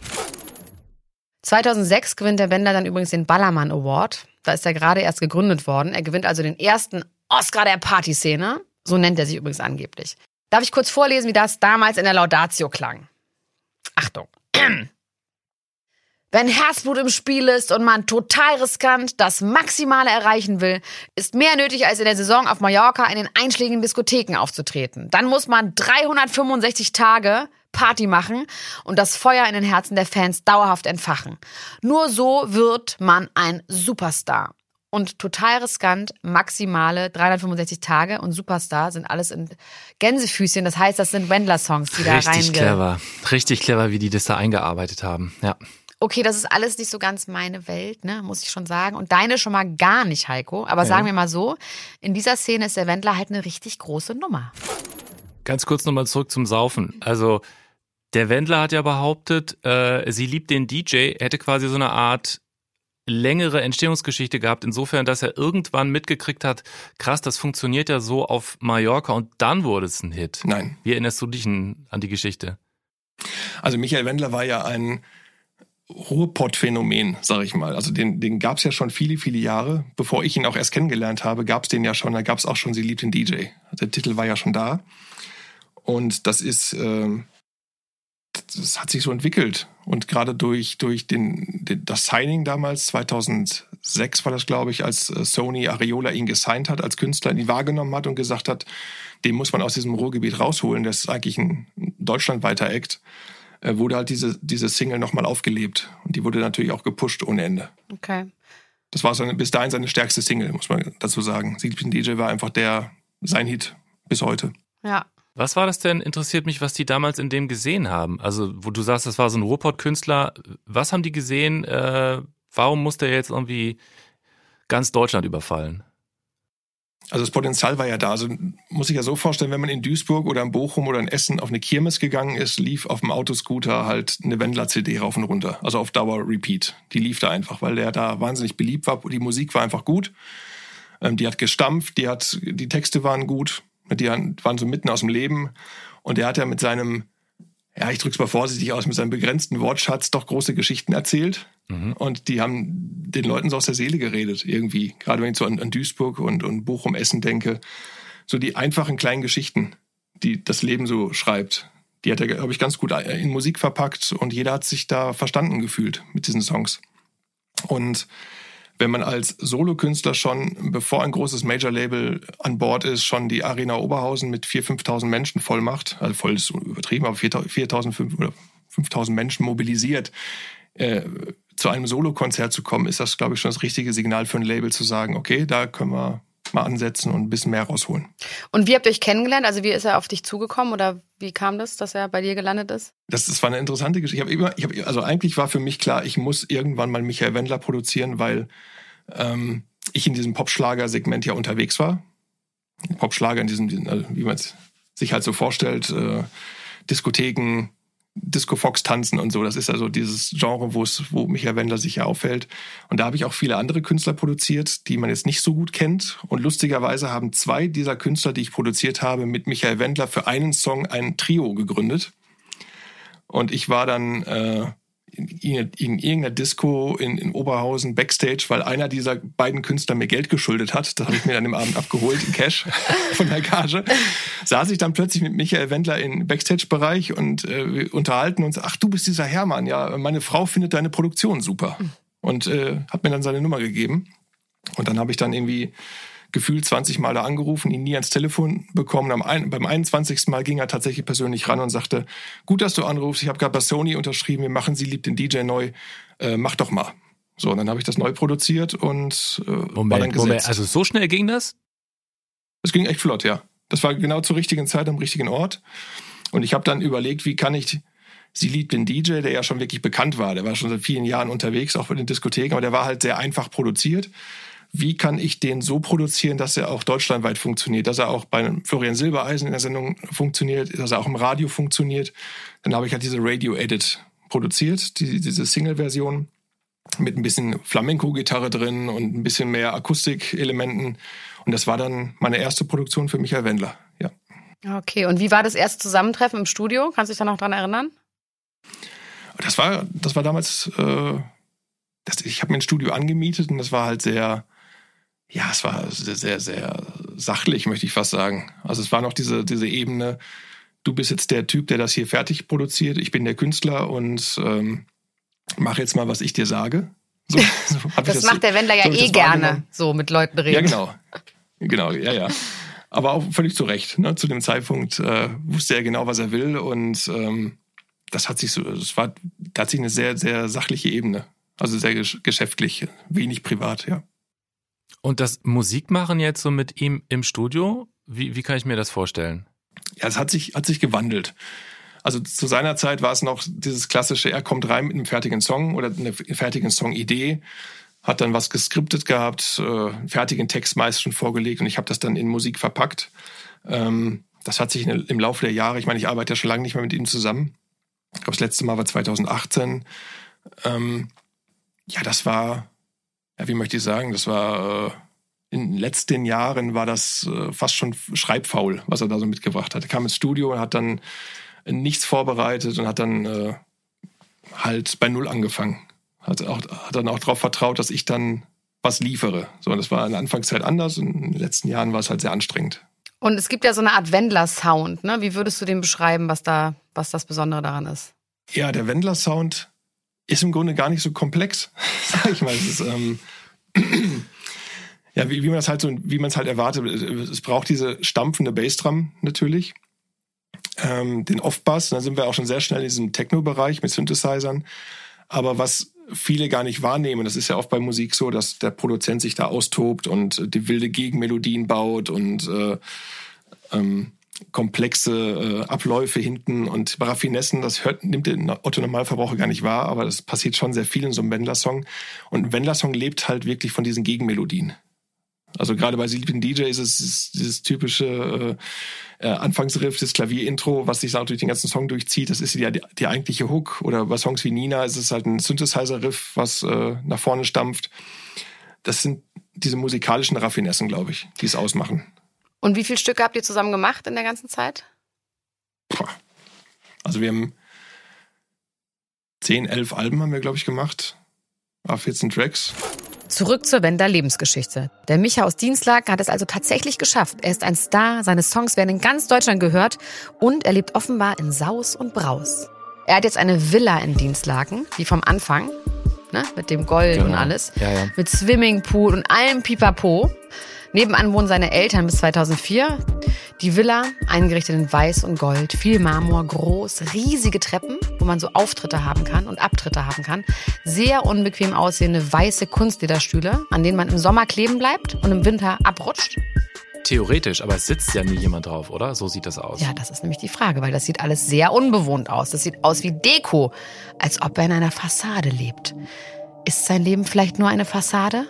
zweitausendsechs gewinnt der Wendler dann übrigens den Ballermann Award. Da ist er gerade erst gegründet worden. Er gewinnt also den ersten Oscar der Partyszene. So nennt er sich übrigens angeblich. Darf ich kurz vorlesen, wie das damals in der Laudatio klang? Achtung. Wenn Herzblut im Spiel ist und man total riskant das Maximale erreichen will, ist mehr nötig, als in der Saison auf Mallorca in den einschlägigen Diskotheken aufzutreten. Dann muss man dreihundertfünfundsechzig Tage Party machen und das Feuer in den Herzen der Fans dauerhaft entfachen. Nur so wird man ein Superstar. Und total riskant, maximale dreihundertfünfundsechzig Tage und Superstar sind alles in Gänsefüßchen. Das heißt, das sind Wendler-Songs, die da reingehen. Richtig clever. Richtig clever, wie die das da eingearbeitet haben. Ja. Okay, das ist alles nicht so ganz meine Welt, ne, muss ich schon sagen. Und deine schon mal gar nicht, Heiko. Aber ja. sagen wir mal so, in dieser Szene ist der Wendler halt eine richtig große Nummer. Ganz kurz nochmal zurück zum Saufen. Also der Wendler hat ja behauptet, äh, Sie liebt den D J, hätte quasi so eine Art längere Entstehungsgeschichte gehabt, insofern, dass er irgendwann mitgekriegt hat, krass, das funktioniert ja so auf Mallorca und dann wurde es ein Hit. Nein. Wie erinnerst du dich an die Geschichte? Also Michael Wendler war ja ein Ruhrpott-Phänomen, sag ich mal. Also den, den gab es ja schon viele, viele Jahre. Bevor ich ihn auch erst kennengelernt habe, gab es den ja schon. Da gab es auch schon Sie liebt den D J. Der Titel war ja schon da. Und das ist, äh, das hat sich so entwickelt. Und gerade durch, durch den, den, das Signing damals, zweitausendsechs war das, glaube ich, als Sony Ariola ihn gesigned hat, als Künstler, ihn wahrgenommen hat und gesagt hat, den muss man aus diesem Ruhrgebiet rausholen. Das ist eigentlich ein deutschlandweiter Act. Äh, wurde halt diese, diese Single nochmal aufgelebt. Und die wurde natürlich auch gepusht ohne Ende. Okay. Das war seine, bis dahin seine stärkste Single, muss man dazu sagen. Sie liebt den D J war einfach der, sein Hit bis heute. Ja. Was war das denn, interessiert mich, was die damals in dem gesehen haben? Also, wo du sagst, das war so ein Ruhrpott-Künstler. Was haben die gesehen? Äh, warum musste er jetzt irgendwie ganz Deutschland überfallen? Also das Potenzial war ja da. Also muss ich ja so vorstellen, wenn man in Duisburg oder in Bochum oder in Essen auf eine Kirmes gegangen ist, lief auf dem Autoscooter halt eine Wendler-C D rauf und runter. Also auf Dauer Repeat. Die lief da einfach, weil der da wahnsinnig beliebt war. Die Musik war einfach gut. Ähm, die hat gestampft, die hat, die Texte waren gut. Die waren so mitten aus dem Leben. Und er hat ja mit seinem, ja, ich drück's mal vorsichtig aus, mit seinem begrenzten Wortschatz doch große Geschichten erzählt. Mhm. Und die haben den Leuten so aus der Seele geredet, irgendwie. Gerade wenn ich so an, an Duisburg und, und Bochum, Essen denke. So die einfachen kleinen Geschichten, die das Leben so schreibt. Die hat er, glaube ich, ganz gut in Musik verpackt. Und jeder hat sich da verstanden gefühlt mit diesen Songs. Und wenn man als Solokünstler schon, bevor ein großes Major-Label an Bord ist, schon die Arena Oberhausen mit viertausend, fünftausend Menschen voll macht, also voll ist übertrieben, aber viertausend, fünftausend Menschen mobilisiert, äh, zu einem Solokonzert zu kommen, ist das, glaube ich, schon das richtige Signal für ein Label zu sagen, okay, da können wir mal ansetzen und ein bisschen mehr rausholen. Und wie habt ihr euch kennengelernt? Also wie ist er auf dich zugekommen oder wie kam das, dass er bei dir gelandet ist? Das, das war eine interessante Geschichte. Ich hab immer, ich hab, also eigentlich war für mich klar, ich muss irgendwann mal Michael Wendler produzieren, weil ähm, ich in diesem Popschlager-Segment ja unterwegs war. Popschlager in diesem, also wie man es sich halt so vorstellt, äh, Diskotheken, Disco-Fox tanzen und so. Das ist also dieses Genre, wo es, wo Michael Wendler sich ja aufhält. Und da habe ich auch viele andere Künstler produziert, die man jetzt nicht so gut kennt. Und lustigerweise haben zwei dieser Künstler, die ich produziert habe, mit Michael Wendler für einen Song ein Trio gegründet. Und ich war dann äh, in, in, in irgendeiner Disco in, in Oberhausen Backstage, weil einer dieser beiden Künstler mir Geld geschuldet hat. Das habe ich mir dann im Abend abgeholt in Cash von der Gage. Saß ich dann plötzlich mit Michael Wendler im Backstage-Bereich und äh, wir unterhalten uns. Ach, du bist dieser Hermann. Ja, meine Frau findet deine Produktion super. Und äh, hat mir dann seine Nummer gegeben. Und dann habe ich dann irgendwie gefühlt zwanzig Mal da angerufen, ihn nie ans Telefon bekommen. Am ein, beim einundzwanzigsten Mal ging er tatsächlich persönlich ran und sagte, gut, dass du anrufst, ich habe gerade bei Sony unterschrieben, wir machen Sie liebt den D J neu, äh, mach doch mal. So, und dann habe ich das neu produziert und äh, Moment, war dann gesetzt. Moment, also so schnell ging das? Es ging echt flott, ja. Das war genau zur richtigen Zeit am richtigen Ort. Und ich habe dann überlegt, wie kann ich Sie liebt den D J, der ja schon wirklich bekannt war, der war schon seit vielen Jahren unterwegs, auch bei den Diskotheken, aber der war halt sehr einfach produziert. Wie kann ich den so produzieren, dass er auch deutschlandweit funktioniert, dass er auch bei Florian Silbereisen in der Sendung funktioniert, dass er auch im Radio funktioniert. Dann habe ich halt diese Radio-Edit produziert, die, diese Single-Version mit ein bisschen Flamenco-Gitarre drin und ein bisschen mehr Akustik-Elementen. Und das war dann meine erste Produktion für Michael Wendler, ja. Okay, und wie war das erste Zusammentreffen im Studio? Kannst du dich da noch dran erinnern? Das war, das war damals, äh, das, ich habe mir ein Studio angemietet und das war halt sehr... Ja, es war sehr, sehr, sehr sachlich, möchte ich fast sagen. Also es war noch diese, diese Ebene, du bist jetzt der Typ, der das hier fertig produziert, ich bin der Künstler und ähm, mach jetzt mal, was ich dir sage. So, so hab das, ich das macht der Wendler ja so eh gerne, so mit Leuten reden. Ja, genau. Genau, ja, ja. Aber auch völlig zu Recht. Ne? Zu dem Zeitpunkt äh, wusste er genau, was er will und ähm, das hat sich so, das war tatsächlich eine sehr, sehr sachliche Ebene. Also sehr geschäftlich, wenig privat, ja. Und das Musikmachen jetzt so mit ihm im Studio, wie, wie kann ich mir das vorstellen? Ja, es hat sich, hat sich gewandelt. Also zu seiner Zeit war es noch dieses klassische, er kommt rein mit einem fertigen Song oder einer fertigen Songidee, hat dann was geskriptet gehabt, äh, einen fertigen Text meist schon vorgelegt und ich habe das dann in Musik verpackt. Ähm, das hat sich in, im Laufe der Jahre, ich meine, ich arbeite ja schon lange nicht mehr mit ihm zusammen. Ich glaube, das letzte Mal war zweitausendachtzehn. Ähm, ja, das war... Ja, wie möchte ich sagen, das war äh, in den letzten Jahren war das äh, fast schon schreibfaul, was er da so mitgebracht hat. Er kam ins Studio und hat dann nichts vorbereitet und hat dann äh, halt bei Null angefangen. Hat, auch, hat dann auch darauf vertraut, dass ich dann was liefere. So, das war in der Anfangszeit anders und in den letzten Jahren war es halt sehr anstrengend. Und es gibt ja so eine Art Wendler-Sound, ne? Wie würdest du den beschreiben, was da, was das Besondere daran ist? Ja, der Wendler-Sound ist im Grunde gar nicht so komplex, sag ich mal. Es ist, ähm, ja, wie, wie man das halt so, wie man es halt erwartet. Es braucht diese stampfende Bassdrum natürlich, ähm, den Off-Bass. Da sind wir auch schon sehr schnell in diesem Techno-Bereich mit Synthesizern. Aber was viele gar nicht wahrnehmen, das ist ja oft bei Musik so, dass der Produzent sich da austobt und die wilde Gegenmelodien baut und äh, ähm, komplexe äh, Abläufe hinten und Raffinessen, das hört, nimmt der Otto-Normalverbraucher gar nicht wahr, aber das passiert schon sehr viel in so einem Wendler-Song. Und ein Wendler-Song lebt halt wirklich von diesen Gegenmelodien. Also gerade bei Sleeping D J ist es ist dieses typische äh, Anfangsriff, das Klavierintro, was sich auch durch den ganzen Song durchzieht. Das ist ja die, die eigentliche Hook. Oder bei Songs wie Nina ist es halt ein Synthesizer-Riff, was äh, nach vorne stampft. Das sind diese musikalischen Raffinessen, glaube ich, die es ausmachen. Und wie viele Stücke habt ihr zusammen gemacht in der ganzen Zeit? Puh. Also wir haben zehn, elf Alben haben wir, glaube ich, gemacht. Auf vierzehn Tracks. Zurück zur Wendler Lebensgeschichte. Der Micha aus Dienstlaken hat es also tatsächlich geschafft. Er ist ein Star, seine Songs werden in ganz Deutschland gehört und er lebt offenbar in Saus und Braus. Er hat jetzt eine Villa in Dienstlaken, die vom Anfang, ne, mit dem Gold genau. und alles, ja, ja. mit Swimmingpool und allem Pipapo. Nebenan wohnen seine Eltern bis zweitausendvier. Die Villa, eingerichtet in Weiß und Gold, viel Marmor, groß, riesige Treppen, wo man so Auftritte haben kann und Abtritte haben kann. Sehr unbequem aussehende weiße Kunstlederstühle, an denen man im Sommer kleben bleibt und im Winter abrutscht. Theoretisch, aber es sitzt ja nie jemand drauf, oder? So sieht das aus. Ja, das ist nämlich die Frage, weil das sieht alles sehr unbewohnt aus. Das sieht aus wie Deko, als ob er in einer Fassade lebt. Ist sein Leben vielleicht nur eine Fassade?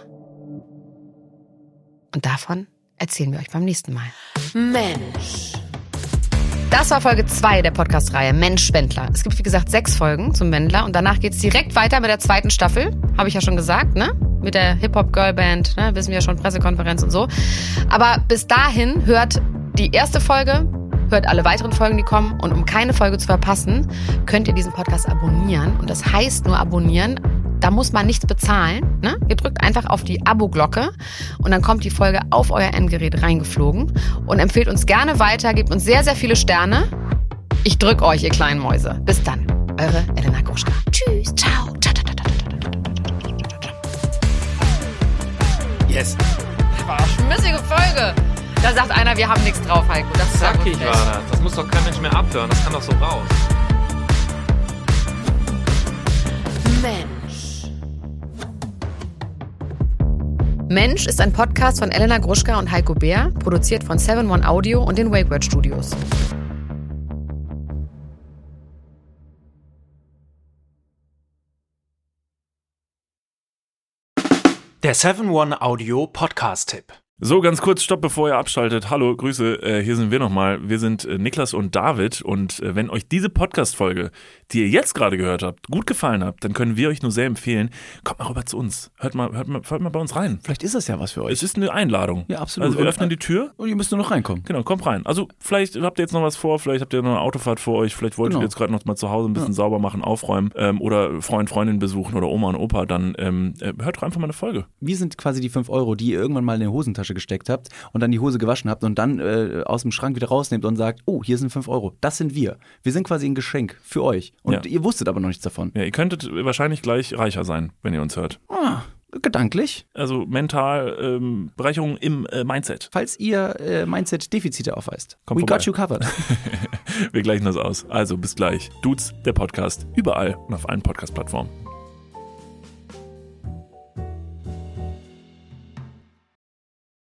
Und davon erzählen wir euch beim nächsten Mal. Mensch. Das war Folge zwei der Podcast-Reihe Mensch Wendler. Es gibt, wie gesagt, sechs Folgen zum Wendler und danach geht's direkt weiter mit der zweiten Staffel. Habe ich ja schon gesagt, ne? Mit der Hip-Hop-Girl-Band, ne? Wissen wir ja schon, Pressekonferenz und so. Aber bis dahin hört die erste Folge, hört alle weiteren Folgen, die kommen. Und um keine Folge zu verpassen, könnt ihr diesen Podcast abonnieren. Und das heißt nur abonnieren. Da muss man nichts bezahlen. Ne? Ihr drückt einfach auf die Abo-Glocke und dann kommt die Folge auf euer Endgerät reingeflogen. Und empfehlt uns gerne weiter, gebt uns sehr, sehr viele Sterne. Ich drück euch, ihr kleinen Mäuse. Bis dann. Eure Elena Gruschka. Tschüss, ciao. Yes. Das war eine schmissige Folge. Da sagt einer, wir haben nichts drauf, Heiko. Das ist Zackig war das. Das muss doch kein Mensch mehr abhören. Das kann doch so raus. Mensch. Mensch ist ein Podcast von Elena Gruschka und Heiko Bär, produziert von seven one Audio und den Wakeword Studios. Der seven one Audio Podcast-Tipp. So, ganz kurz, stopp, bevor ihr abschaltet. Hallo, Grüße, äh, hier sind wir nochmal. Wir sind äh, Niklas und David und äh, wenn euch diese Podcast-Folge, die ihr jetzt gerade gehört habt, gut gefallen hat, dann können wir euch nur sehr empfehlen, kommt mal rüber zu uns. Hört mal, hört mal, hört mal bei uns rein. Vielleicht ist das ja was für euch. Es ist eine Einladung. Ja, absolut. Also wir und, öffnen die Tür. Und ihr müsst nur noch reinkommen. Genau, kommt rein. Also vielleicht habt ihr jetzt noch was vor, vielleicht habt ihr noch eine Autofahrt vor euch, vielleicht wollt genau. ihr jetzt gerade noch mal zu Hause ein bisschen ja. sauber machen, aufräumen ähm, oder Freund, Freundin besuchen oder Oma und Opa, dann ähm, hört doch einfach mal eine Folge. Wir sind quasi die fünf Euro, die ihr irgendwann mal in die Hosentasche gesteckt habt und dann die Hose gewaschen habt und dann äh, aus dem Schrank wieder rausnehmt und sagt, oh, hier sind fünf Euro. Das sind wir. Wir sind quasi ein Geschenk für euch. Und ja. ihr wusstet aber noch nichts davon. Ja, ihr könntet wahrscheinlich gleich reicher sein, wenn ihr uns hört. Ah, gedanklich. Also mental, ähm, Bereicherung im äh, Mindset. Falls ihr äh, Mindset-Defizite aufweist. Kommt We vorbei. got you covered. Wir gleichen das aus. Also bis gleich. Dudes, der Podcast. Überall und auf allen Podcast-Plattformen.